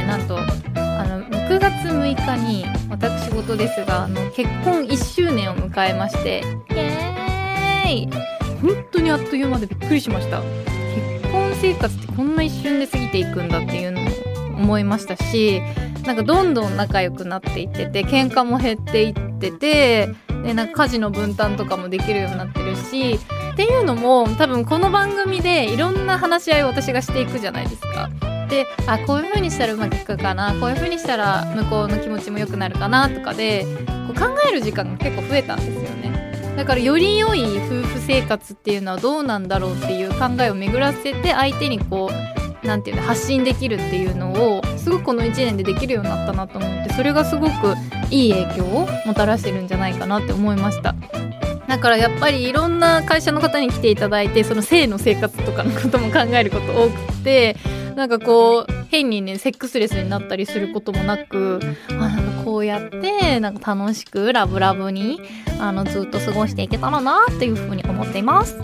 ね、なんと6月6日に私事ですが結婚1周年を迎えまして、イエーイ。本当にあっという間でびっくりしました。結婚生活ってこんな一瞬で過ぎていくんだっていうのを思いましたし、なんかどんどん仲良くなっていってて、喧嘩も減っていってて、でなんか家事の分担とかもできるようになってるしっていうのも、多分この番組でいろんな話し合いを私がしていくじゃないですか。で、こういう風にしたらうまくいくかな、こういう風にしたら向こうの気持ちも良くなるかなとかでこう考える時間が結構増えたんですよね。だからより良い夫婦生活っていうのはどうなんだろうっていう考えを巡らせて、相手にこうなんていうの発信できるっていうのをすごくこの1年でできるようになったなと思って、それがすごくいい影響をもたらしてるんじゃないかなって思いました。だからやっぱりいろんな会社の方に来ていただいて、その性の生活とかのことも考えること多くて、なんかこう変にねセックスレスになったりすることもなく、なんかこうやってなんか楽しくラブラブにずっと過ごしていけたらなっていうふうに思っています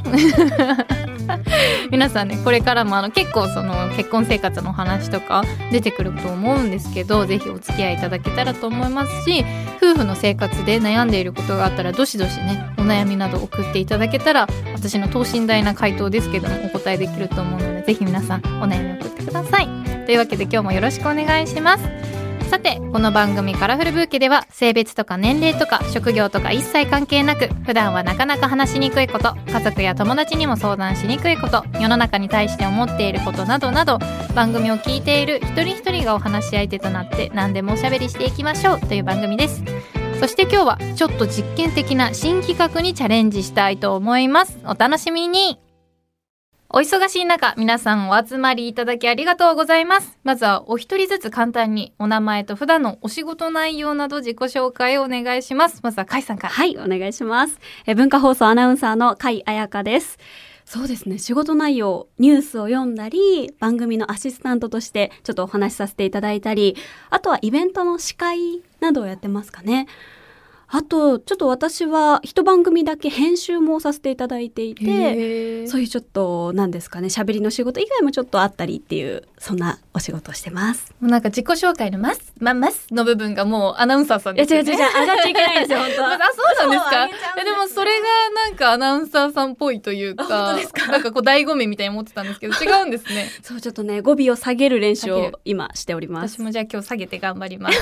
皆さんね、これからも結構その結婚生活の話とか出てくると思うんですけど、ぜひお付き合いいただけたらと思いますし、夫婦の生活で悩んでいることがあったらどしどしねお悩みなど送っていただけたら、私の等身大な回答ですけどもお答えできると思うので、ぜひ皆さんお悩み送ってください。というわけで今日もよろしくお願いします。さて、この番組カラフルブーケでは性別とか年齢とか職業とか一切関係なく、普段はなかなか話しにくいこと、家族や友達にも相談しにくいこと、世の中に対して思っていることなどなど、番組を聞いている一人一人がお話し相手となって何でもおしゃべりしていきましょうという番組です。そして今日はちょっと実験的な新企画にチャレンジしたいと思います。お楽しみに。お忙しい中、皆さんお集まりいただきありがとうございます。まずはお一人ずつ簡単にお名前と普段のお仕事内容など自己紹介をお願いします。まずは甲斐さんから。 はい、お願いします。文化放送アナウンサーの甲斐彩香です。そうですね、仕事内容、ニュースを読んだり、番組のアシスタントとしてちょっとお話しさせていただいたり、あとはイベントの司会などをやってますかね。あとちょっと私は一番組だけ編集もさせていただいていて、そういうちょっと何ですかね、喋りの仕事以外もちょっとあったりっていう、そんなお仕事をしてます。 もうなんか自己紹介のますの部分がもうアナウンサーさんですよね。 違う上がっちゃいけないんですよ本当は。 そうなんですか。でもそれがなんかアナウンサーさんっぽいというか、 本当ですか。 なんかこう醍醐味みたいに思ってたんですけど違うんですね。 そうちょっとね語尾を下げる練習を今しております。 私もじゃあ今日下げて頑張ります。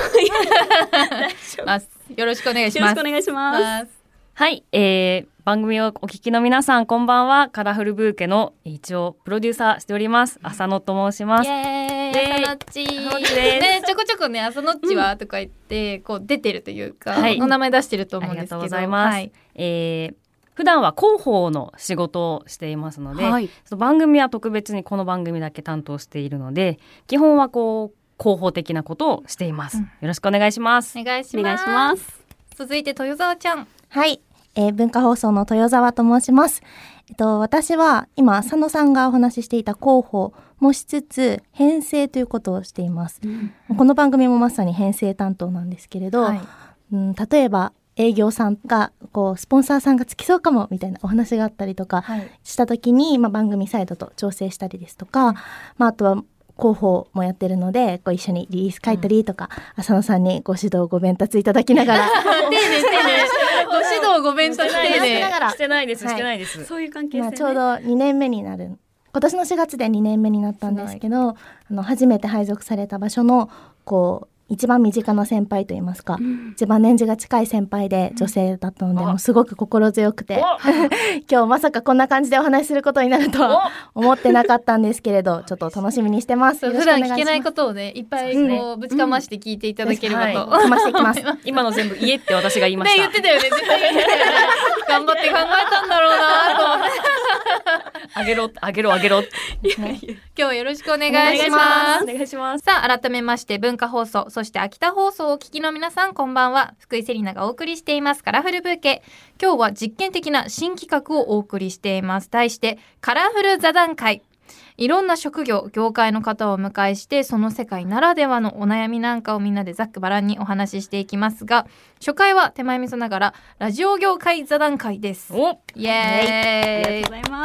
よろしくお願いします。 よろしくお願いします。 はい、番組をお聞きの皆さんこんばんは。カラフルブーケの一応プロデューサーしております浅野と申します。 イエーイ、浅野っちね、ちょこちょこね浅野っちはとか言って、こう出てるというか、お名前出してると思うんですけど、 ありがとうございます。はい、普段は広報の仕事をしていますので、その番組は特別にこの番組だけ担当しているので、基本はこう広報的なことをしています。よろしくお願いします。 お願いします。続いて豊沢ちゃん。 はい、文化放送の豊沢と申します。私は今佐野さんがお話ししていた広報もしつつ編成ということをしています、この番組もまさに編成担当なんですけれど、例えば営業さんがこうスポンサーさんがつきそうかもみたいなお話があったりとかした時に、番組サイドと調整したりですとか、あとは広報もやってるのでこう一緒にリリース書いたりとか、浅野さんにご指導ご鞭達いただきながら丁寧ご指導ご鞭達してないです、 そういう関係性、ね、 ちょうど2年目になる、今年の4月で2年目になったんですけど、初めて配属された場所のこう一番身近な先輩といいますか、一番年次が近い先輩で女性だったので、もうすごく心強くて今日まさかこんな感じでお話しすることになるとは思ってなかったんですけれど、ちょっと楽しみにしてます。 普段聞けないことをねいっぱいこうぶちかまして聞いていただければと、 かましていきます。 今の全部家って私が言いました。 ね、言ってたよね、絶対言ってたよね。頑張って考えたんだろうなと思ってあげろ今日はよろしくお願いします。 お願いします。 さあ改めまして文化放送、そして秋田放送をお聞きの皆さんこんばんは。福井セリナがお送りしていますカラフルブーケ。今日は実験的な新企画をお送りしています。題してカラフル座談会。いろんな職業業界の方をお迎えして、その世界ならではのお悩みなんかをみんなでざっくばらんにお話ししていきますが、初回は手前味噌ながらラジオ業界座談会です。 おイエーイ、 ありがとうございます。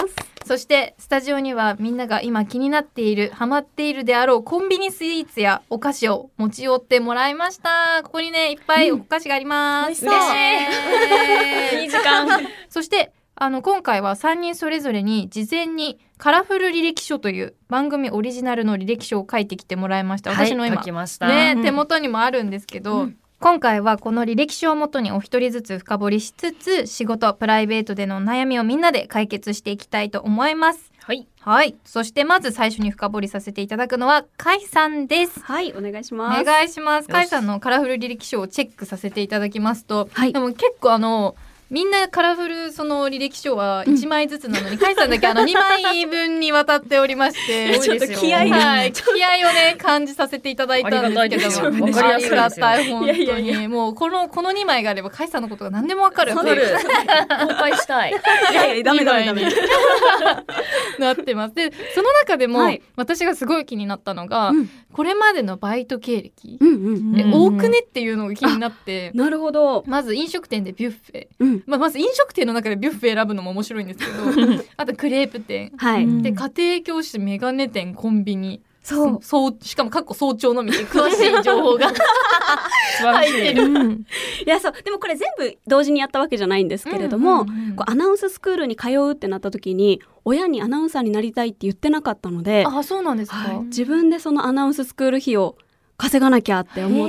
そしてスタジオにはみんなが今気になっているハマっているであろうコンビニスイーツやお菓子を持ち寄ってもらいました。ここにねいっぱいお菓子があります、 嬉しいいい時間そして今回は3人それぞれに事前にカラフル履歴書という番組オリジナルの履歴書を書いてきてもらいました。私の今、 書きました、 手元にもあるんですけど、今回はこの履歴書をもとにお一人ずつ深掘りしつつ仕事プライベートでの悩みをみんなで解決していきたいと思います。はい、そしてまず最初に深掘りさせていただくのはカイさんです。 はい、お願いします。 お願いします。カイさんのカラフル履歴書をチェックさせていただきますと、でも結構みんなカラフルその履歴書は1枚ずつなのに、カイさんだけ2枚分にわたっておりましてちょっと気合が、 気合をね感じさせていただいたんですけども、ありがたい本当にもうこの2枚があればカイさんのことが何でもわかるっていう公開したいいやいやダメなってます。でその中でも、私がすごい気になったのが、これまでのバイト経歴、多くねっていうのが気になって、 なるほど。 まず飲食店でビュッフェ、まず飲食店の中でビュッフェ選ぶのも面白いんですけどあとクレープ店、で家庭教師、メガネ店、コンビニ、しかも早朝のみで詳しい情報が入ってる、 いやそうでもこれ全部同時にやったわけじゃないんですけれども、こうアナウンススクールに通うってなった時に親にアナウンサーになりたいって言ってなかったので、 あ、そうなんですか、 自分でそのアナウンススクール費を稼がなきゃって思って、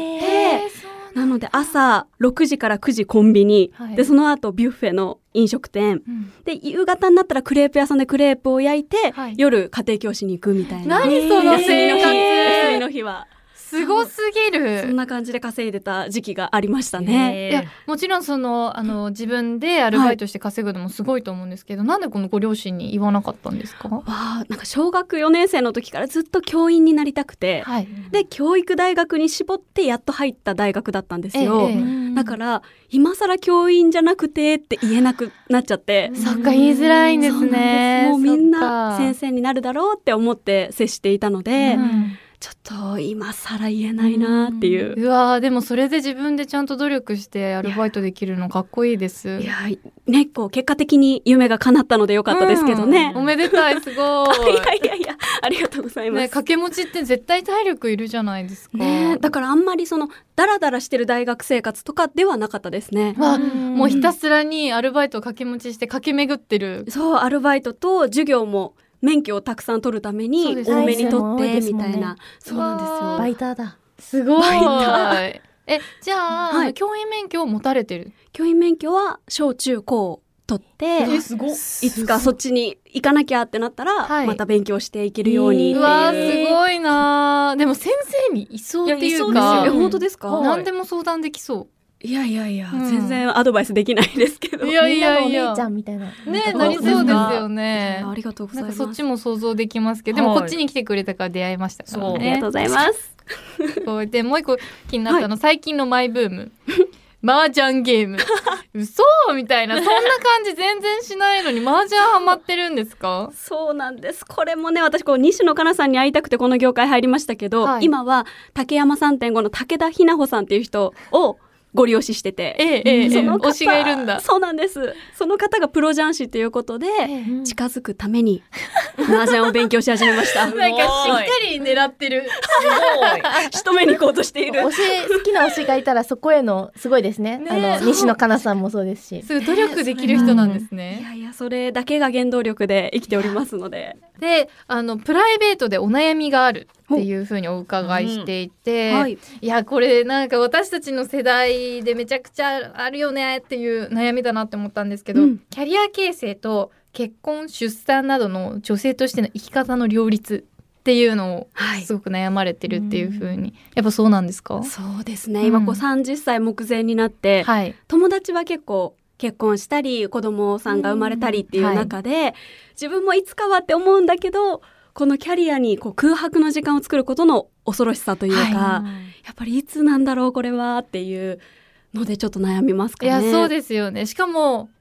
なので朝6時から9時コンビニ、でその後ビュッフェの飲食店、で夕方になったらクレープ屋さんでクレープを焼いて、夜家庭教師に行くみたいな。 何その生活、 休みの日はすごすぎる。 そんな感じで稼いでた時期がありましたね。 いやもちろん自分でアルバイトして稼ぐのもすごいと思うんですけど、なんでこのご両親に言わなかったんですか？ なんか小学4年生の時からずっと教員になりたくて、で教育大学に絞ってやっと入った大学だったんですよ。だから今更教員じゃなくてって言えなくなっちゃって、 そっか、言いづらいんですね。 もうみんな先生になるだろうって思って接していたので、ちょっと今更言えないなっていう。 うわー、でもそれで自分でちゃんと努力してアルバイトできるのかっこいいです。 いやね、こう結果的に夢が叶ったのでよかったですけどね、 おめでたい、すごいいやありがとうございます、 掛け持ちって絶対体力いるじゃないですか、 だからあんまりダラダラしてる大学生活とかではなかったですね。 もうひたすらにアルバイトを掛け持ちして駆け巡ってる。 そう、アルバイトと授業も免許をたくさん取るために多めに取ってみたいな。そうなんですよ。 バイターだ。 すごい。じゃあ、教員免許を持たれてる？ 教員免許は小中高取って、 すごい。 いつかそっちに行かなきゃってなったら、また勉強していけるようにっていう。 うわー、すごいな。でも先生にいそうっていうか。 本当ですか？ 何でも相談できそう。 いや、全然アドバイスできないですけど。 みんなのお姉ちゃんみたいな。 ね、なりそうですよね。 ありがとうございます。 そっちも想像できますけど、でもこっちに来てくれたから出会いましたからね。 ありがとうございます。 でもう一個気になったの、最近のマイブーム。麻雀ゲーム。嘘みたいな、そんな感じ全然しないのに麻雀ハマってるんですか？ そうなんです。これもね、私西野カナさんに会いたくてこの業界入りましたけど、今は竹山 3.5 の武田ひなほさんっていう人をご利用ししてて、その方、 推しがいるんだ。 そうなんです。その方がプロ雀士ということで、近づくために麻雀を勉強し始めました。 なんかしっかり狙ってる。 すごい。仕留めに行こうとしている。 好きな推しがいたらそこへのすごいですね。西野カナさんもそうですし。 すごい努力できる人なんですね。 いやそれだけが原動力で生きておりますので。 で、プライベートでお悩みがあるっていうふうにお伺いしていて、いやこれなんか私たちの世代でめちゃくちゃあるよねっていう悩みだなって思ったんですけど、キャリア形成と結婚出産などの女性としての生き方の両立っていうのをすごく悩まれてるっていうふうに、やっぱそうなんですか？ そうですね、今30歳目前になって、友達は結構結婚したり子供さんが生まれたりっていう中で、自分もいつかはって思うんだけど、このキャリアに空白の時間を作ることの恐ろしさというか、やっぱりいつなんだろうこれはっていうのでちょっと悩みますかね。 いやそうですよね。しかも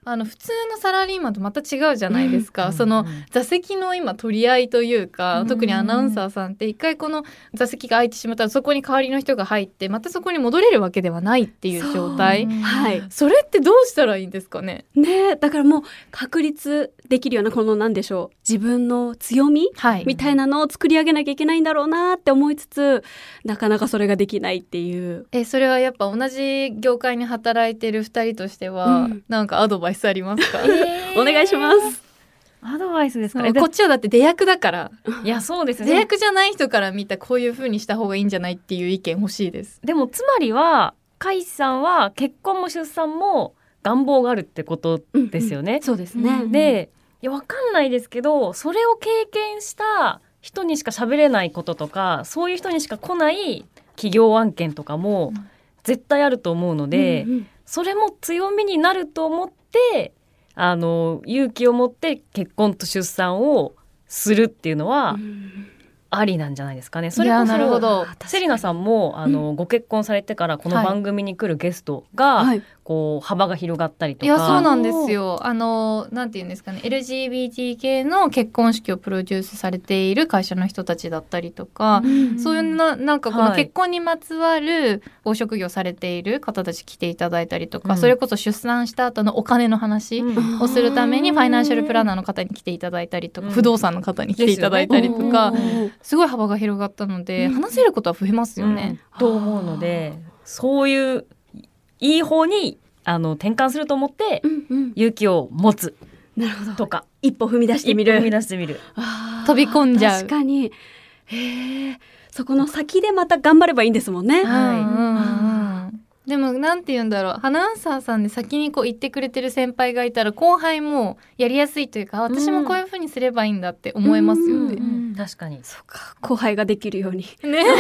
普通のサラリーマンとまた違うじゃないですか、その座席の今取り合いというか、特にアナウンサーさんって一回この座席が空いてしまったらそこに代わりの人が入ってまたそこに戻れるわけではないっていう状態、 はい、 それってどうしたらいいんですかね。 ね、だからもう確立できるようなこの何でしょう、自分の強み、みたいなのを作り上げなきゃいけないんだろうなって思いつつ、なかなかそれができないっていう。 それはやっぱ同じ業界に働いてる2人としては、なんかアドバイスありますか？ お願いします。 アドバイスですか？ こっちはだって出役だから。 いやそうですね、 出役じゃない人から見たこういう風にした方がいいんじゃないっていう意見欲しいです。 でもつまりは甲斐さんは結婚も出産も願望があるってことですよね。 そうですね。 で、いやわかんないですけど、それを経験した人にしか喋れないこととか、そういう人にしか来ない企業案件とかも絶対あると思うので、それも強みになると思って勇気を持って結婚と出産をするっていうのはありなんじゃないですかね。それこそセリナさんもご結婚されてからこの番組に来るゲストが、こう幅が広がったりとか。 いやそうなんですよ。なんていうんですかね、 LGBT 系の結婚式をプロデュースされている会社の人たちだったりとか、そういうなんかこの結婚にまつわるご職業されている方たち来ていただいたりとか、それこそ出産した後のお金の話をするためにファイナンシャルプランナーの方に来ていただいたりとか、不動産の方に来ていただいたりとか、すごい幅が広がったので、話せることは増えますよね、 と思うので、そういういい方に転換すると思って、勇気を持つとか、 一歩踏み出してみる、 飛び込んじゃう。 確かに、そこの先でまた頑張ればいいんですもんね。 でもなんて言うんだろう、アナウンサーさんで先にこう言ってくれてる先輩がいたら後輩もやりやすいというか、私もこういう風にすればいいんだって思えますよね。 確かに。 そうか、後輩ができるようにね。ロール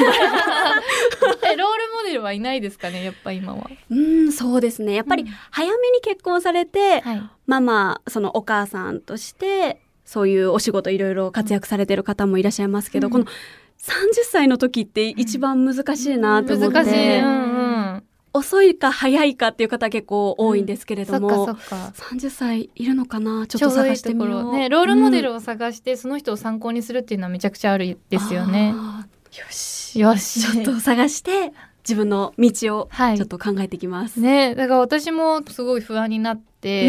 モデルはいないですかね、やっぱ今は。 そうですね、やっぱり早めに結婚されて、ママ、そのお母さんとしてそういうお仕事いろいろ活躍されてる方もいらっしゃいますけど、この30歳の時って一番難しいなと思って、 難しい、 遅いか早いかっていう方結構多いんですけれども、30歳いるのかな、ちょっと探してみよう。 ね、ロールモデルを探して、その人を参考にするっていうのはめちゃくちゃあるですよね。 よしちょっと探して自分の道をちょっと考えてきます、 ね。だから私もすごい不安になって、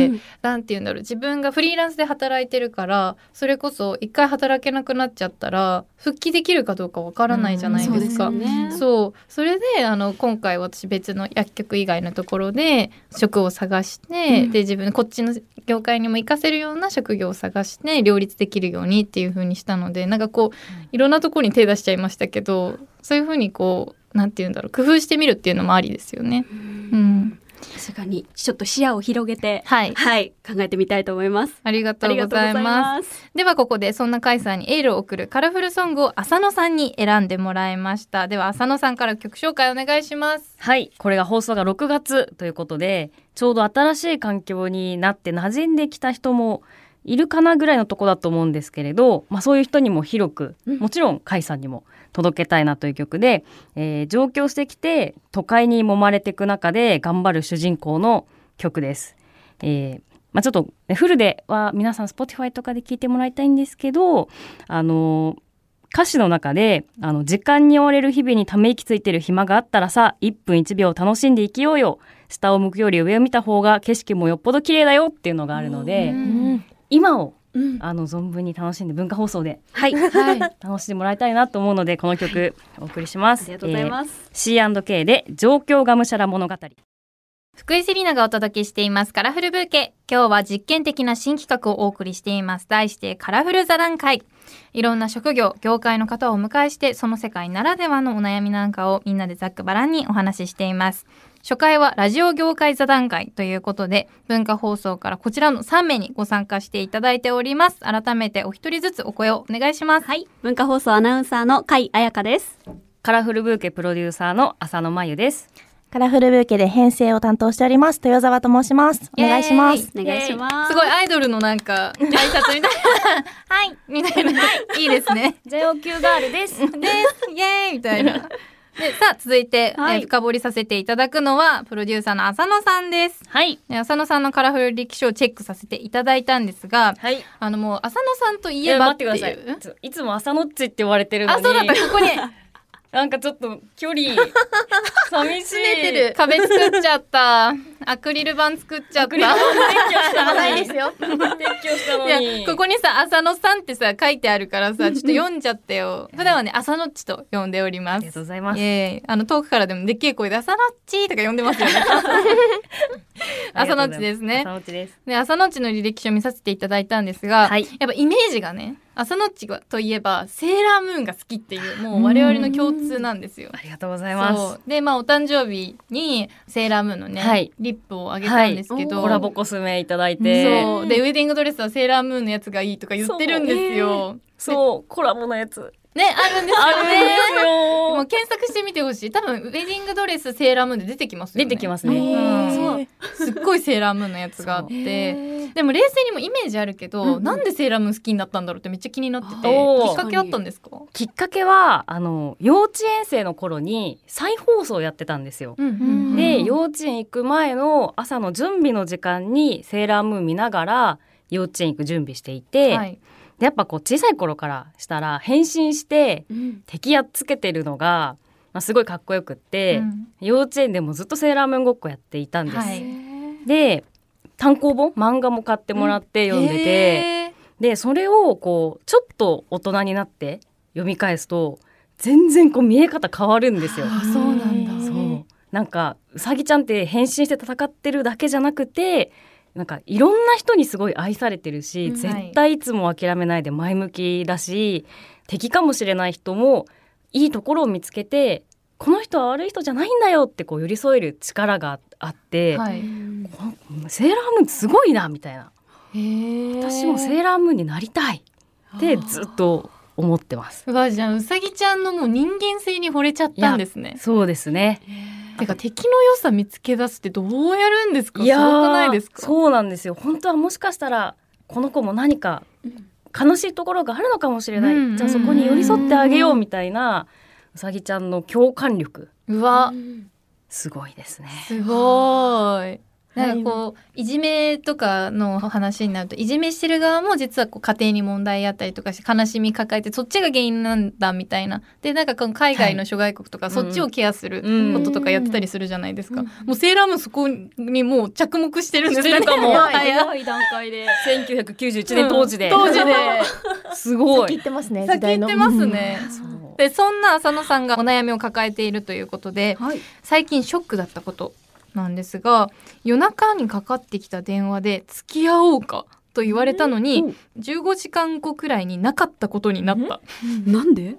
なんていうんだろう、自分がフリーランスで働いてるから、それこそ一回働けなくなっちゃったら復帰できるかどうかわからないじゃないですか。それで今回私別の薬局以外のところで職を探して、で自分こっちの業界にも活かせるような職業を探して両立できるようにっていう風にしたので、なんかこういろんなところに手出しちゃいましたけど、そういう風にこうなんていうんだろう、工夫してみるっていうのもありですよね。 確かにちょっと視野を広げて、考えてみたいと思います。 ありがとうございます。ではここでそんな甲斐さんにエールを送るカラフルソングを浅野さんに選んでもらいました。では浅野さんから曲紹介お願いします。 はい、これが放送が6月ということで、ちょうど新しい環境になって馴染んできた人もいるかなぐらいのとこだと思うんですけれど、そういう人にも広く、もちろん甲斐さんにも届けたいなという曲で、上京してきて都会に揉まれていく中で頑張る主人公の曲です。ちょっと、フルでは皆さん Spotify とかで聴いてもらいたいんですけど、歌詞の中で時間に追われる日々にため息ついてる暇があったらさ、1分1秒楽しんで生きようよ、下を向くより上を見た方が景色もよっぽど綺麗だよっていうのがあるので、今を存分に楽しんで文化放送で、楽しんでもらいたいなと思うので、この曲お送りします。 ありがとうございます。 C&K で上京がむしゃら物語。 福井セリナがお届けしていますカラフルブーケ。今日は実験的な新企画をお送りしています。題してカラフル座談会。いろんな職業業界の方をお迎えして、その世界ならではのお悩みなんかをみんなでざっくばらんにお話ししています。初回はラジオ業界座談会ということで、文化放送からこちらの3名にご参加していただいております。改めてお一人ずつお声をお願いします。 文化放送アナウンサーの甲斐彩香です。 カラフルブーケプロデューサーの浅野真由です。 カラフルブーケで編成を担当しております豊沢と申します。お願いします。 お願いします。 すごいアイドルのなんか挨拶みたいなはいみたいな、いいですね。 JO 級ガールですイエーイみたいなでさあ続いて、 はい深掘りさせていただくのはプロデューサーの浅野さんです。 はい浅野さんのカラフル履歴書をチェックさせていただいたんですが、 はい。 もう浅野さんといえばっていう、 待ってください。いつも朝のっちって言われてるのに。 あ、そうだった、ここになんかちょっと距離寂しい。 拗ねてる壁作っちゃったアクリル板作っちゃったアクリル板撤去したのに。 ないですよ。 撤去したのいに。 やここにさ浅野さんってさ書いてあるからさちょっと読んじゃってよ。普段はね浅野っちと呼んでおります。 ありがとうございます。 遠くからでもでっけえ声で浅野っちとか呼んでますよね浅野っちですね。 朝のっちです。 で浅野っちの履歴書見させていただいたんですが、 はい。 やっぱイメージがね浅野っちといえばセーラームーンが好きっていうもう我々の共通なんですよ。 ありがとうございます。 そうでお誕生日にセーラームーンのね、 はいリップをあげたんですけど、 コラボコスメいただいて。 そうでウェディングドレスはセーラームーンのやつがいいとか言ってるんですよ。 そう、コラボのやつ。 ねあるんですよね。 あるんですよ。 もう検索してみてほしい。多分ウェディングドレスセーラームーンで出てきますよね。 出てきますね。 そうすっごいセーラームーンのやつがあってでも冷静にもイメージあるけど、なんでセーラームーン好きになったんだろうってめっちゃ気になってて、 おーきっかけあったんですか？ きっかけは幼稚園生の頃に再放送やってたんですよ。で幼稚園行く前の朝の準備の時間にセーラームーン見ながら幼稚園行く準備していて、 はい、 でやっぱこう小さい頃からしたら変身して敵やっつけてるのが、すごいかっこよくって、幼稚園でもずっとセーラームーンごっこやっていたんです。 はい、 で単行本漫画も買ってもらって読んでて、でそれをこうちょっと大人になって読み返すと全然こう見え方変わるんですよ。 あ、そうなんだ。 そうなんかうさぎちゃんって変身して戦ってるだけじゃなくてなんかいろんな人にすごい愛されてるし、絶対いつも諦めないで前向きだし、敵かもしれない人もいいところを見つけてこの人は悪い人じゃないんだよってこう寄り添える力があって、 はい、 セーラームーンすごいなみたいな、私もセーラームーンになりたいってずっと思ってます。 うわ、じゃあうさぎちゃんのもう人間性に惚れちゃったんですね。 そうですね。 てか敵の良さ見つけ出すってどうやるんですか？すごくないですか？ そうなんですよ。本当はもしかしたらこの子も何か悲しいところがあるのかもしれない、じゃあそこに寄り添ってあげようみたいなうさぎちゃんの共感力、 うわ、 すごいですね。 すごい。なんかこういじめとかの話になるといじめしてる側も実はこう家庭に問題あったりとかして悲しみ抱えてそっちが原因なんだみたいなでなんかこの海外の諸外国とか、そっちをケアすることとかやってたりするじゃないですか、もうセーラームーンそこにもう着目してるんですね。 してるかも早い段階で 1991年当時で、 当時ですごい先行ってますね。 先行ってますね、 そうでそんな浅野さんがお悩みを抱えているということで、 はい、 最近ショックだったことなんですが、夜中にかかってきた電話で付き合おうかと言われたのに、15時間後くらいになかったことになった。 なんで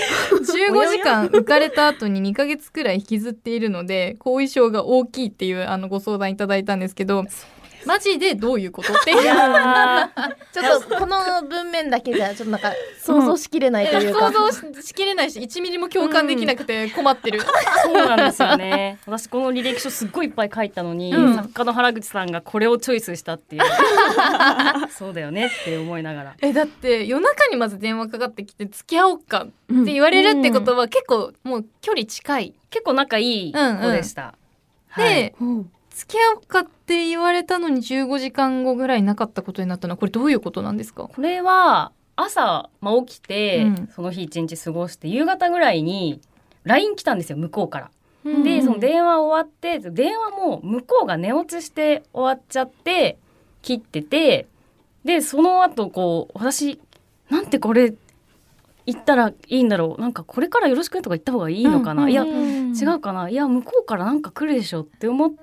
15時間浮かれた後に2ヶ月くらい引きずっているので後遺症が大きいっていうご相談いただいたんですけど、マジでどういうことっていうちょっとこの文面だけじゃちょっとなんか想像しきれないというか、 想像しきれないし1ミリも共感できなくて困ってる、 そうなんですよね。私この履歴書すっごいいっぱい書いたのに、作家の原口さんがこれをチョイスしたっていうそうだよねって思いながら、 だって夜中にまず電話かかってきて付き合おうかって言われるってことは結構もう距離近い、 結構仲いい子でした、 で、付き合おうかって言われたのに15時間後ぐらいなかったことになったのはこれどういうことなんですか？ これは朝、起きて、その日一日過ごして夕方ぐらいに LINE 来たんですよ、向こうから、でその電話終わって電話も向こうが寝落ちして終わっちゃって切ってて、でその後こう私なんてこれ言ったらいいんだろう、なんかこれからよろしくねとか言った方がいいのかな、いや違うかな、いや向こうからなんか来るでしょって思って、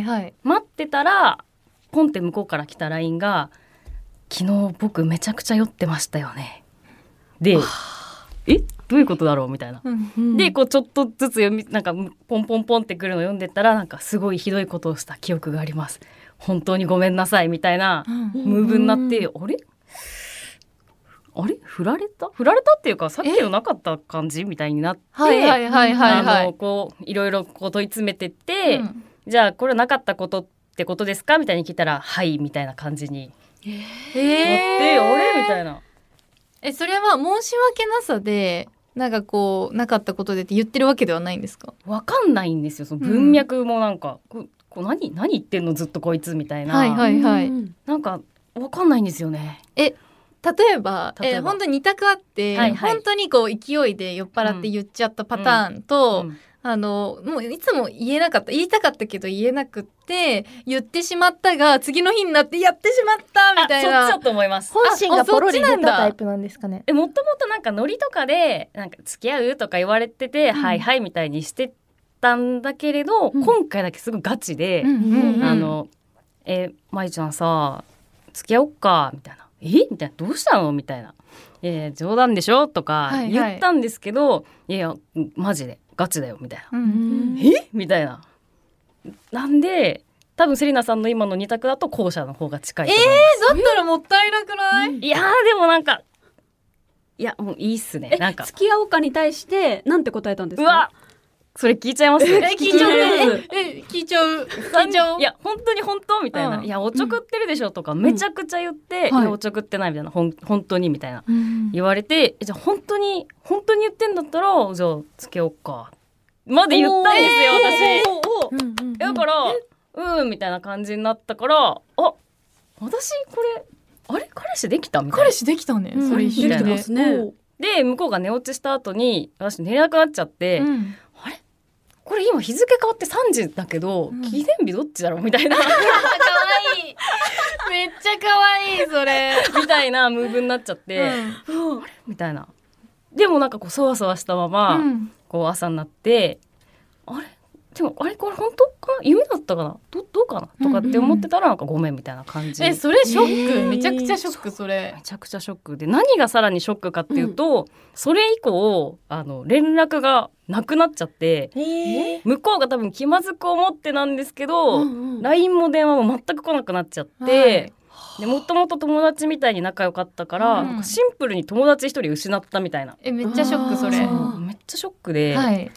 待ってたらポンって向こうから来た LINE が昨日僕めちゃくちゃ酔ってましたよねでどういうことだろうみたいな、でこうちょっとずつなんかポンポンポンってくるの読んでたらなんかすごいひどいことをした記憶があります、本当にごめんなさいみたいなムーブになって、あれ振られたっていうかさっきのなかった感じみたいになって、こういろいろこう問い詰めてって、じゃあこれなかったことってことですかみたいに聞いたらはいみたいな感じになって、あれみたいな。 それは申し訳なさでなんかこうなかったことでって言ってるわけではないんですか？ わかんないんですよ。その文脈もなんか、こう何言ってんのずっとこいつみたいな、 はいはいはい、 なんかわかんないんですよね。 例えば本当に2択あって、はいはい、本当にこう勢いで酔っ払って言っちゃったパターンと、もういつも言いたかったけど言えなくって言ってしまったが次の日になってやってしまったみたいな。 そっちだと思います。 本心がポロリ出たタイプなんですかね。 もともとなんかノリとかでなんか付き合うとか言われてて、はいはいみたいにしてたんだけれど、今回だけすごいガチで、まゆちゃんさ付き合おっかみたいな、みたいな、どうしたのみたいな、冗談でしょとか言ったんですけど、いやマジでガチだよみたいな、みたいな。なんで多分セリナさんの今の2択だと後者の方が近いと思います。 だったらもったいなくない？ いやでもなんかもういいっすね。なんか付き合おうかに対してなんて答えたんですか？ うわそれ聞いちゃいます？ 聞いちゃう聞いちゃういや本当に本当みたいな、いやおちょくってるでしょとかめちゃくちゃ言って、いやおちょくってないみたいな、本当にみたいな、言われて、じゃあ本当に言ってんだったらじゃあ付き合おうかまで言ったんですよ私。だからみたいな感じになったから、私これ彼氏できたみたいな。 彼氏できたね、それ一緒できてますね。 で向こうが寝落ちした後に私寝れなくなっちゃって、あれこれ今日付変わって3時だけど、記念日どっちだろうみたいな。かわいいめっちゃかわいいそれみたいなムーブになっちゃって、あれみたいな。でもなんかこうそわそわしたまま、こう朝になって、でもこれ本当かな、夢だったかな、どうかなとかって思ってたら、なんかごめんみたいな感じ。 それショック、めちゃくちゃショック。それめちゃくちゃショックで、何がさらにショックかっていうと、それ以降連絡がなくなっちゃって、向こうが多分気まずく思ってなんですけど、LINE も電話も全く来なくなっちゃって、でもともと友達みたいに仲良かったから、なんかシンプルに友達一人失ったみたいな。 めっちゃショックそれ。 めっちゃショックで、あれ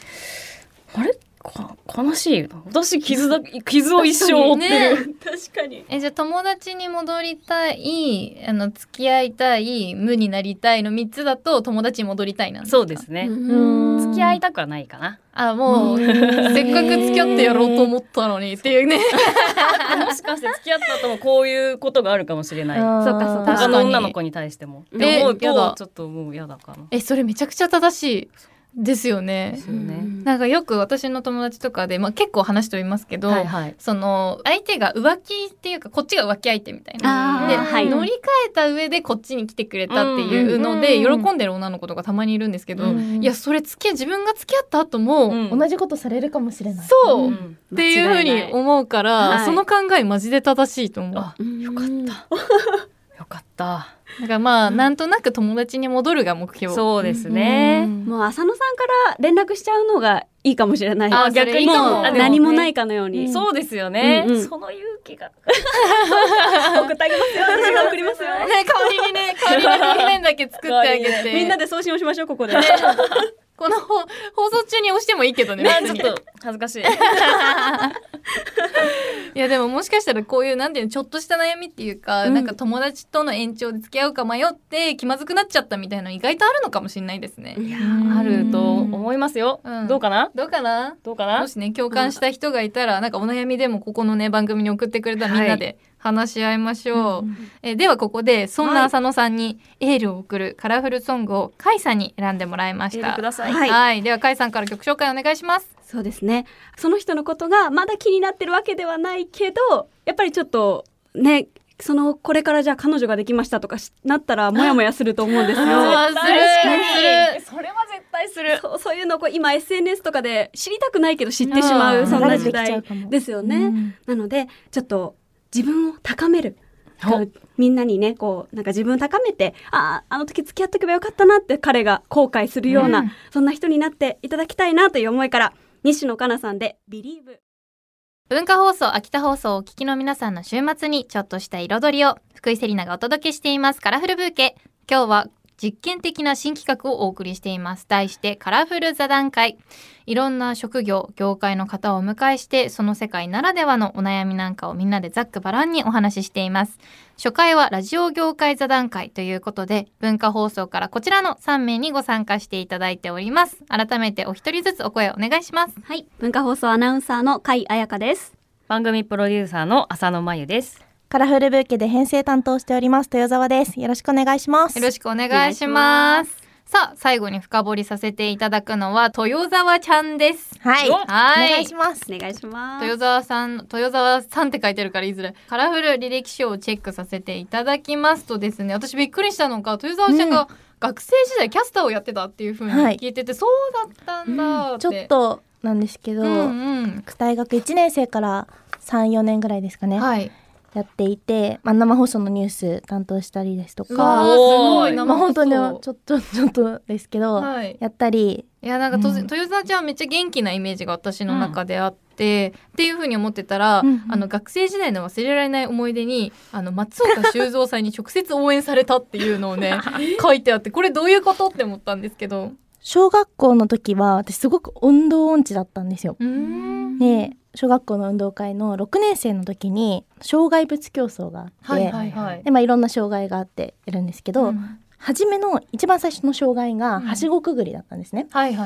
悲しい。私傷を一生負ってる。 確かに。 じゃあ友達に戻りたい、付き合いたい、無になりたいの3つだと友達に戻りたいなんですか？ そうですね。付き合いたくはないかな。 もうせっかく付き合ってやろうと思ったのにっていうね。 もしかして付き合った後もこういうことがあるかもしれない。 そうか他の女の子に対しても。って思うとちょっともう嫌だかな。 それめちゃくちゃ正しい。ですよね。なんかよく私の友達とかで、結構話しておりますけど、その相手が浮気っていうかこっちが浮気相手みたいなで、乗り換えた上でこっちに来てくれたっていうので喜んでる女の子とかたまにいるんですけど、いやそれ自分が付き合った後も、 同じことされるかもしれない。 そう、っていうふうに思うから、その考えマジで正しいと思う。 よかったよかった。 だからなんとなく友達に戻るが目標。 そうですね。 もう浅野さんから連絡しちゃうのがいいかもしれない。 逆に何もないかのように。 そうですよね。その勇気が送ってあげますよ。私が送りますよ。 代わりに面だけ作ってあげて、 みんなで送信をしましょうここで。 この放送中に押してもいいけどね。 ちょっと恥ずかしい。 いやでももしかしたらこういうなんていうのちょっとした悩みっていうか、なんか友達との延長で付き合うか迷って気まずくなっちゃったみたいなの意外とあるのかもしれないですね。 いやあると思いますよ。どうかな？もしね共感した人がいたら、なんかお悩みでもここのね番組に送ってくれたらみんなで話し合いましょう。ではここでそんな浅野さんにエールを送るカラフルソングをカイさんに選んでもらいました。ではカイさんから曲紹介お願いします。 そうですね。その人のことがまだ気になってるわけではないけど、やっぱりちょっとね、これからじゃあ彼女ができましたとかなったらモヤモヤすると思うんですよ。 それは絶対する。 そういうのを今 SNS とかで知りたくないけど知ってしまう、そんな時代ですよね。なのでちょっと自分を高める。みんなにねなんか自分を高めて、あの時付き合っておけばよかったなって彼が後悔するような、そんな人になっていただきたいなという思いから、西野カナさんで Believe。 文化放送秋田放送をお聞きの皆さんの週末にちょっとした彩りを福井セリナがお届けしています。カラフルブーケ。今日は実験的な新企画をお送りしています。題してカラフル座談会。いろんな職業業界の方をお迎えして、その世界ならではのお悩みなんかをみんなでざっくばらんにお話ししています。初回はラジオ業界座談会ということで、文化放送からこちらの3名にご参加していただいております。改めてお一人ずつお声お願いします。 はい、文化放送アナウンサーの甲斐彩香です。 番組プロデューサーの浅野真由です。 カラフルブーケで編成担当しております豊沢です。よろしくお願いします。 よろしくお願いします。さあ、最後に深掘りさせていただくのは豊沢ちゃんです。 はい、 はい、 お願いします。 お願いします。 豊沢さんって書いてるからいずれカラフル履歴書をチェックさせていただきますとですね、私びっくりしたのが豊沢ちゃんが学生時代キャスターをやってたっていう風に聞いてて、そうだったんだって、 ちょっとなんですけど、大学1年生から3、4年ぐらいですかね、 はい、 やっていて、生放送のニュース担当したりですとか、 すごい生放送、 本当にちょっとですけど、 はい、 やったり、 いやなんか豊沢ちゃんはめっちゃ元気なイメージが私の中であって、っていう風に思ってたら、学生時代の忘れられない思い出に松岡修造さんに直接応援されたっていうのをね書いてあって、これどういうことって思ったんですけど、 小学校の時は私すごく運動音痴だったんですよ。で、小学校の運動会の6年生の時に障害物競争があって、でいろんな障害があってやるんですけど、初めの一番最初の障害がはしごくぐりだったんですね。で、確か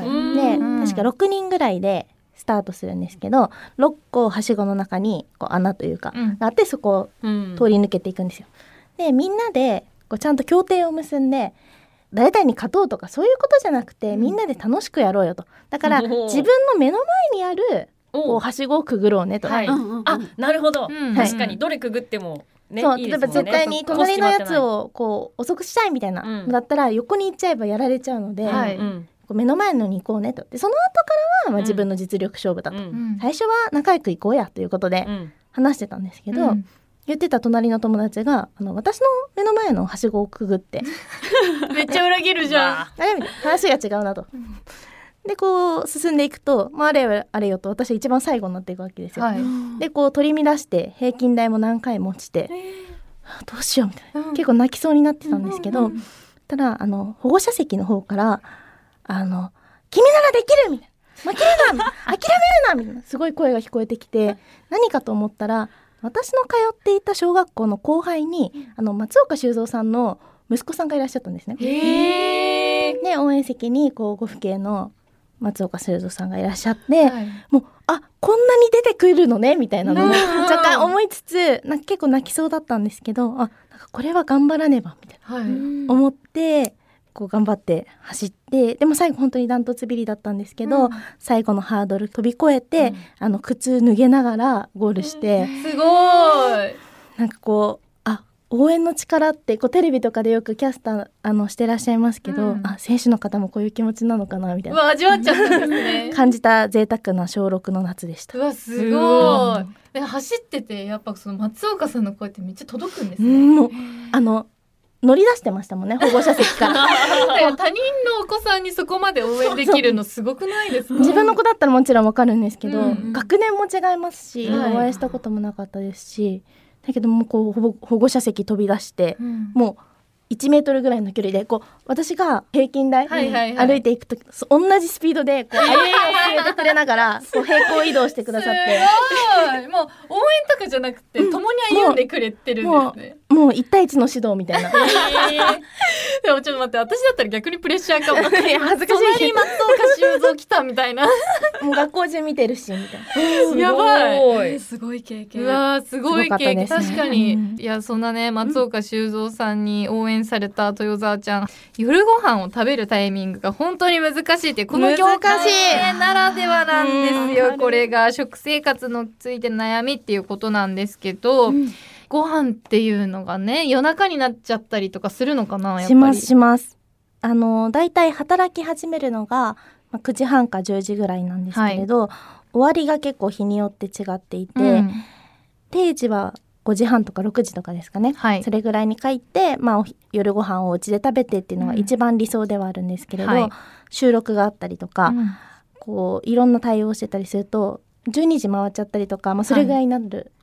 6人ぐらいでスタートするんですけど、6個はしごの中にこう穴というかがあって、そこを通り抜けていくんですよ。で、みんなでこうちゃんと協定を結んで、誰々に勝とうとかそういうことじゃなくて、みんなで楽しくやろうよと。だから自分の目の前にあるこうはしごをくぐろうねと。 あ、なるほど、確かにどれくぐってもね、 そう、 いい例えば絶対に隣のやつをこう遅くしたいみたいな、だったら横に行っちゃえばやられちゃうので、こう目の前のに行こうねと。でその後からは自分の実力勝負だと、最初は仲良く行こうやということで話してたんですけど、言ってた隣の友達が私の目の前のはしごをくぐってめっちゃ裏切るじゃんあれみたいな、話が違うなと。でこう進んでいくと、あれよと私は一番最後になっていくわけですよ、でこう取り乱して平均台も何回も落ちて、どうしようみたいな、結構泣きそうになってたんですけど、ただ保護者席の方から君ならできるみたいな、負けるな諦めるなみたいなすごい声が聞こえてきて、何かと思ったら私の通っていた小学校の後輩に松岡修造さんの息子さんがいらっしゃったんですね。で応援席にこうご父兄の松岡修造さんがいらっしゃって、もうこんなに出てくるのねみたいなのを若干思いつつ、結構泣きそうだったんですけど、なんかこれは頑張らねばみたいな、思ってこう頑張って走って、でも最後本当にダントツビリだったんですけど、最後のハードル飛び越えて、靴脱げながらゴールして、 すごいなんかこう応援の力ってこうテレビとかでよくキャスターしてらっしゃいますけど、選手の方もこういう気持ちなのかなみたいな、 味わっちゃったんですね感じた贅沢な小6の夏でした。 すごい。走っててやっぱその松岡さんの声ってめっちゃ届くんですね。 もう乗り出してましたもんね、保護者席から他人のお子さんにそこまで応援できるのすごくないですか？ 自分の子だったらもちろんわかるんですけど、学年も違いますし、お会いしたこともなかったですし、だけどもこう保護者席飛び出して、もう1メートルぐらいの距離でこう私が平均台歩いていくと、同じスピードでこう歩みを進めてくれながらこう平行移動してくださって、 すごい、もう応援とかじゃなくて共に歩んでくれてるんですね。 もう1対1の指導みたいなでもちょっと待って、私だったら逆にプレッシャーかも。恥ずかしい。隣松岡修造来たみたいなもう学校中見てるしみたいなやばい、 すごい経験。 すごい経験、 ね、 確かに、いやそんなね松岡修造さんに応援された豊沢ちゃん、夜ご飯を食べるタイミングが本当に難しいっていう、この業界ならではなんですよ。これが食生活のついての悩みっていうことなんですけど、ご飯っていうのがね夜中になっちゃったりとかするのかな。やっぱりしますだいたい働き始めるのが、9時半か10時ぐらいなんですけれど、終わりが結構日によって違っていて、定時は5時半とか6時とかですかね、それぐらいに帰って、夜ご飯をお家で食べてっていうのが一番理想ではあるんですけれど、収録があったりとか、こういろんな対応してたりすると12時回っちゃったりとか、それぐらいになる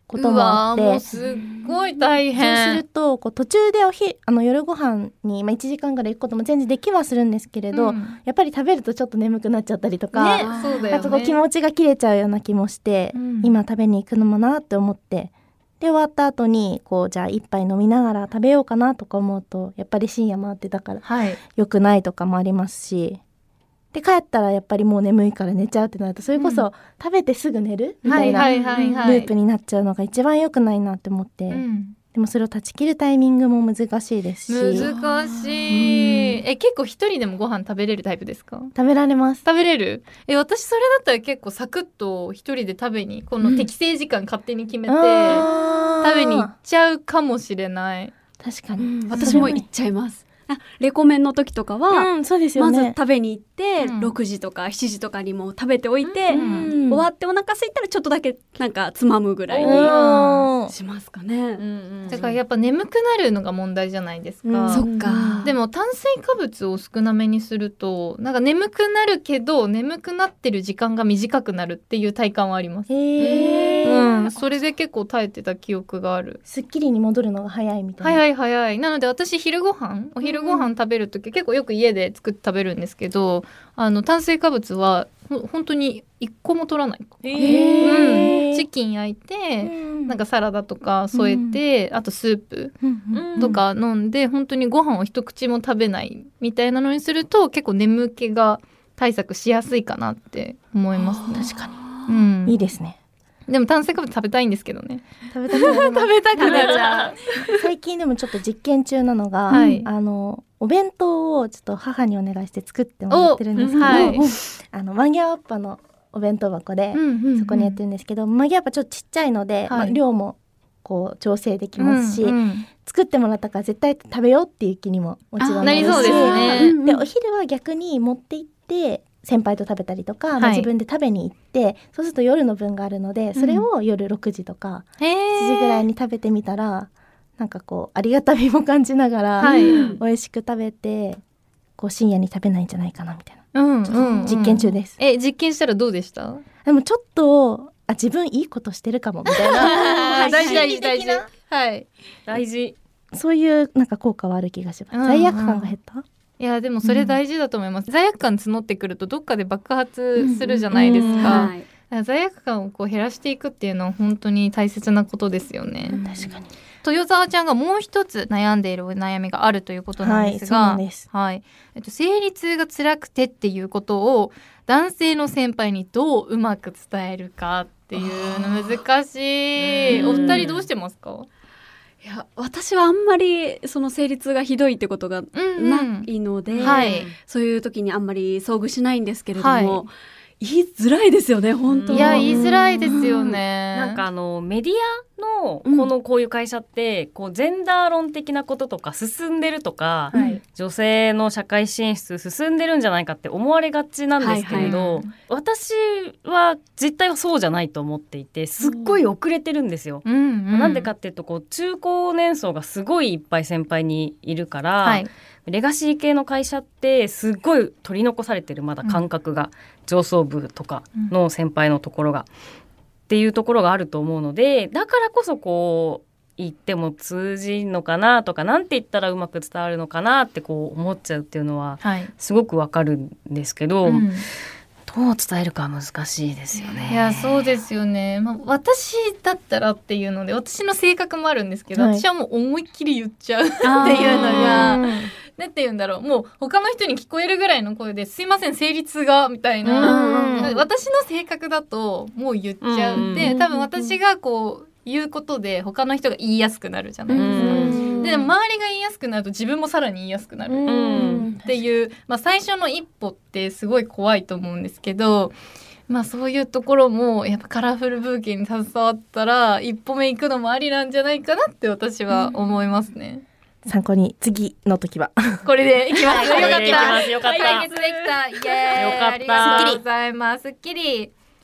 こともあって、 もうすっごい大変。 そうするとこう途中で夜ご飯に、1時間ぐらい行くことも全然できはするんですけれど、やっぱり食べるとちょっと眠くなっちゃったりとか、 そうだよね、 なんかこう気持ちが切れちゃうような気もして、今食べに行くのもなって思って、で終わった後にこうじゃあ一杯飲みながら食べようかなとか思うと、やっぱり深夜回ってたから良くないとかもありますし、で帰ったらやっぱりもう眠いから寝ちゃうってなると、それこそ食べてすぐ寝るみたいなループになっちゃうのが一番良くないなって思って、でもそれを断ち切るタイミングも難しいですし。 難しい。結構一人でもご飯食べれるタイプですか？ 食べられます。 食べれる？私それだったら結構サクッと一人で食べに、この適正時間勝手に決めて食べに行っちゃうかもしれない。 確かに、 私も行っちゃいます。レコメンの時とかは、 そうですよね、 まず食べに行って、6時とか7時とかにも食べておいて、終わってお腹空いたらちょっとだけなんかつまむぐらいにしますかね。 だからやっぱ眠くなるのが問題じゃないですか。 そっか。 でも炭水化物を少なめにすると、なんか眠くなるけど眠くなってる時間が短くなるっていう体感はあります。それで結構耐えてた記憶がある。 すっきりに戻るのが早いみたいな。 早い。なので私お昼ご飯食べるとき、結構よく家で作って食べるんですけど、炭水化物は本当に1個も取らない。チキン焼いて、なんかサラダとか添えて、あとスープとか飲んで、本当にご飯を一口も食べないみたいなのにすると、結構眠気が対策しやすいかなって思いますね。 確かに、いいですね。 でも炭水化物食べたいんですけどね。 食べたくなっちゃう。最近でもちょっと実験中なのが、お弁当をちょっと母にお願いして作ってもらってるんですけど、マギャワッパのお弁当箱でそこにやってるんですけど、マギャワッパちょっとちっちゃいので、量もこう調整できますし、作ってもらったから絶対食べようっていう気にももちろんなるし、 なりそうですね。 でお昼は逆に持って行って先輩と食べたりとか、自分で食べに行って、そうすると夜の分があるので、それを夜6時とか7時ぐらいに食べてみたら、なんかこうありがたみも感じながら、美味しく食べて、こう深夜に食べないんじゃないかなみたいな、実験中です。 実験したらどうでした？ でもちょっと自分いいことしてるかもみたいな大事大事。 そういうなんか効果はある気がします。罪悪感が減った？ いやでもそれ大事だと思います。罪悪感募ってくるとどっかで爆発するじゃないですか。罪悪感をこう減らしていくっていうのは本当に大切なことですよね。 確かに。 豊沢ちゃんがもう一つ悩んでいるお悩みがあるということなんですが、生理痛が辛くてっていうことを男性の先輩にどううまく伝えるかっていうの難しい。お二人どうしてますか？ いや、私はあんまりその生理痛がひどいってことがないので、そういう時にあんまり遭遇しないんですけれども、言いづらいですよね、本当。 いや、言いづらいですよね。 なんかメディアのこういう会社ってこうジェンダー論的なこととか進んでるとか、女性の社会進出進んでるんじゃないかって思われがちなんですけれど、私は実態はそうじゃないと思っていて、すっごい遅れてるんですよ。なんでかっていうと、こう中高年層がすごいいっぱい先輩にいるから、レガシー系の会社ってすっごい取り残されてる、まだ感覚が、上層部とかの先輩のところが、っていうところがあると思うので、だからこそこう言っても通じんのかなとか、なんて言ったらうまく伝わるのかなってこう思っちゃうっていうのはすごくわかるんですけど、どう伝えるかは難しいですよね。 いや、そうですよね。私だったらっていうので、私の性格もあるんですけど、私はもう思いっきり言っちゃうっていうのが、なんて言うんだろう、もう他の人に聞こえるぐらいの声で、すいません生理痛がみたいな、私の性格だともう言っちゃう。で、多分私がこう言うことで他の人が言いやすくなるじゃないですか。で、周りが言いやすくなると自分もさらに言いやすくなるっていう、最初の一歩ってすごい怖いと思うんですけど、そういうところもやっぱカラフルブーケに携わったら一歩目行くのもありなんじゃないかなって私は思いますね。 参考に次の時はこれでいきます。 よかった。 解決できた。イエーイ。 よかった。 ありがとうございます。すっきり。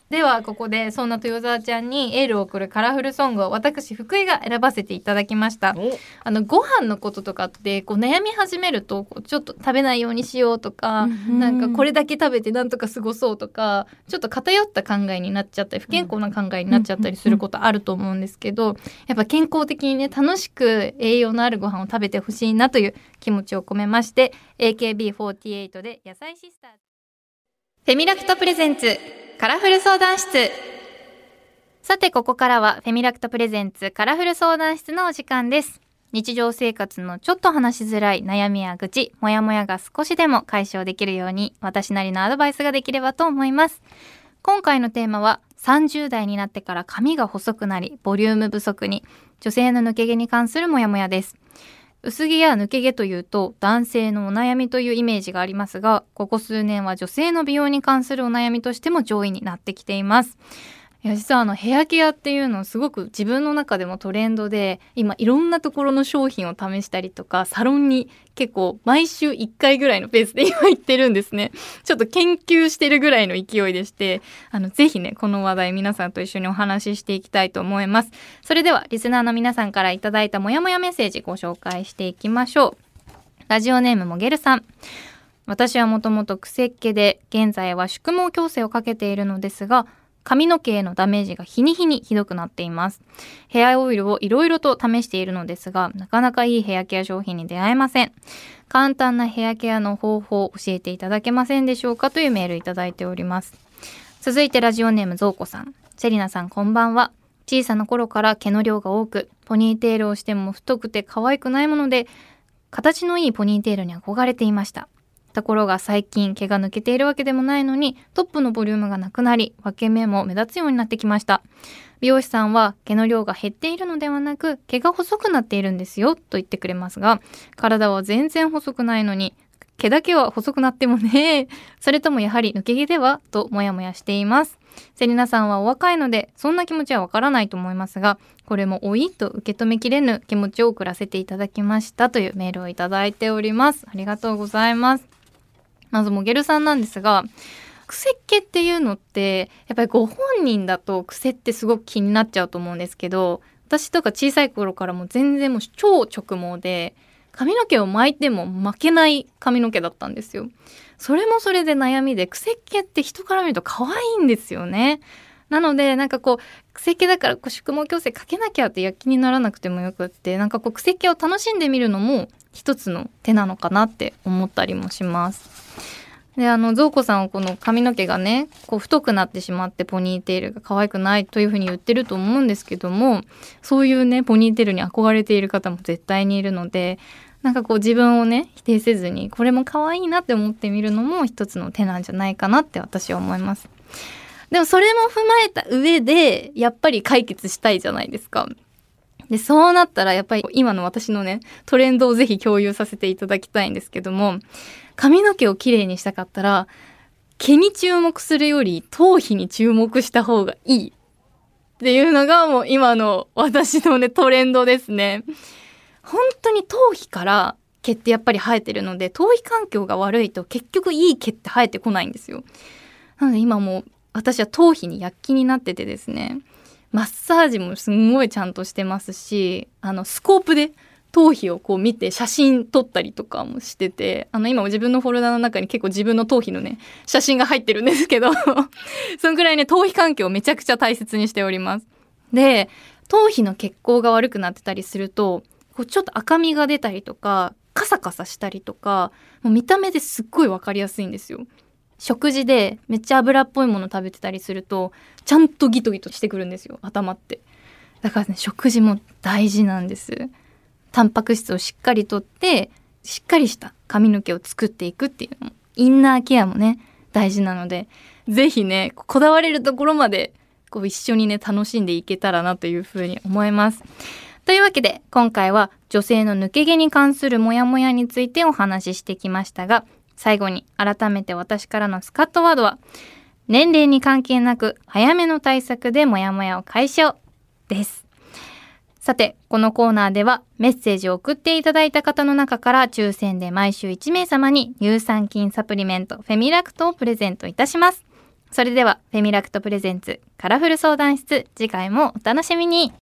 ではここでそんな豊沢ちゃんにエールを送るカラフルソングを私福井が選ばせていただきました。ご飯のこととかってこう悩み始めるとちょっと食べないようにしようとか、なんかこれだけ食べてなんとか過ごそうとか、ちょっと偏った考えになっちゃったり不健康な考えになっちゃったりすることあると思うんですけど、やっぱ健康的にね楽しく栄養のあるご飯を食べてほしいなという気持ちを込めまして AKB48 で野菜シスターズ。フェミラクトプレゼンツカラフル相談室。さてここからはフェミラクトプレゼンツカラフル相談室のお時間です。日常生活のちょっと話しづらい悩みや愚痴、モヤモヤが少しでも解消できるように私なりのアドバイスができればと思います。今回のテーマは30代になってから髪が細くなりボリューム不足に、女性の抜け毛に関するモヤモヤです。薄毛や抜け毛というと男性のお悩みというイメージがありますが、ここ数年は女性の美容に関するお悩みとしても上位になってきています。いや実はヘアケアっていうのすごく自分の中でもトレンドで、今いろんなところの商品を試したりとか、サロンに結構毎週1回ぐらいのペースで今行ってるんですね。ちょっと研究してるぐらいの勢いでして、ぜひねこの話題皆さんと一緒にお話ししていきたいと思います。それではリスナーの皆さんからいただいたモヤモヤメッセージご紹介していきましょう。ラジオネームもげるさん。私はもともと癖っ気で現在は宿毛矯正をかけているのですが、髪の毛へのダメージが日に日にひどくなっています。ヘアオイルをいろいろと試しているのですが、なかなかいいヘアケア商品に出会えません。簡単なヘアケアの方法を教えていただけませんでしょうかというメールいただいております。続いてラジオネームゾウコさん。セリナさんこんばんは。小さな頃から毛の量が多く、ポニーテールをしても太くて可愛くないもので、形のいいポニーテールに憧れていました。ところが最近毛が抜けているわけでもないのにトップのボリュームがなくなり、分け目も目立つようになってきました。美容師さんは毛の量が減っているのではなく毛が細くなっているんですよと言ってくれますが、体は全然細くないのに毛だけは細くなってもね、それともやはり抜け毛ではともやもやしています。セリナさんはお若いのでそんな気持ちはわからないと思いますが、これもおいと受け止めきれぬ気持ちを送らせていただきましたというメールをいただいております。ありがとうございます。まずもげるさんなんですが、癖っ気っていうのってやっぱりご本人だと癖ってすごく気になっちゃうと思うんですけど、私とか小さい頃からも全然もう超直毛で髪の毛を巻いても負けない髪の毛だったんですよ。それもそれで悩みで、癖っ気って人から見ると可愛いんですよね。なのでなんかこう癖っ気だから宿毛矯正かけなきゃって躍起にならなくてもよくって、なんかこう癖っ気を楽しんでみるのも一つの手なのかなって思ったりもします。でゾウコさんはこの髪の毛がねこう太くなってしまってポニーテールが可愛くないというふうに言ってると思うんですけども、そういうねポニーテールに憧れている方も絶対にいるので、なんかこう自分をね否定せずにこれも可愛いなって思ってみるのも一つの手なんじゃないかなって私は思います。でもそれも踏まえた上でやっぱり解決したいじゃないですか。でそうなったらやっぱり今の私のねトレンドをぜひ共有させていただきたいんですけども、髪の毛をきれいにしたかったら毛に注目するより頭皮に注目した方がいいっていうのがもう今の私のねトレンドですね。本当に頭皮から毛ってやっぱり生えてるので、頭皮環境が悪いと結局いい毛って生えてこないんですよ。なので今もう私は頭皮に躍起になっててですね、マッサージもすんごいちゃんとしてますし、スコープで頭皮をこう見て写真撮ったりとかもしてて、今自分のフォルダの中に結構自分の頭皮のね写真が入ってるんですけどそのくらいね頭皮環境をめちゃくちゃ大切にしております。で頭皮の血行が悪くなってたりするとこうちょっと赤みが出たりとかカサカサしたりとか、もう見た目ですっごいわかりやすいんですよ。食事でめっちゃ油っぽいもの食べてたりするとちゃんとギトギトしてくるんですよ、頭って。だからね食事も大事なんです。タンパク質をしっかりとってしっかりした髪の毛を作っていくっていうのも、インナーケアもね大事なので、ぜひねこだわれるところまでこう一緒にね楽しんでいけたらなというふうに思います。というわけで今回は女性の抜け毛に関するモヤモヤについてお話ししてきましたが、最後に改めて私からのスカッとワードは、年齢に関係なく早めの対策でモヤモヤを解消です。さてこのコーナーではメッセージを送っていただいた方の中から抽選で毎週1名様に乳酸菌サプリメントフェミラクトをプレゼントいたします。 それではフェミラクトプレゼンツカラフル相談室、次回もお楽しみに。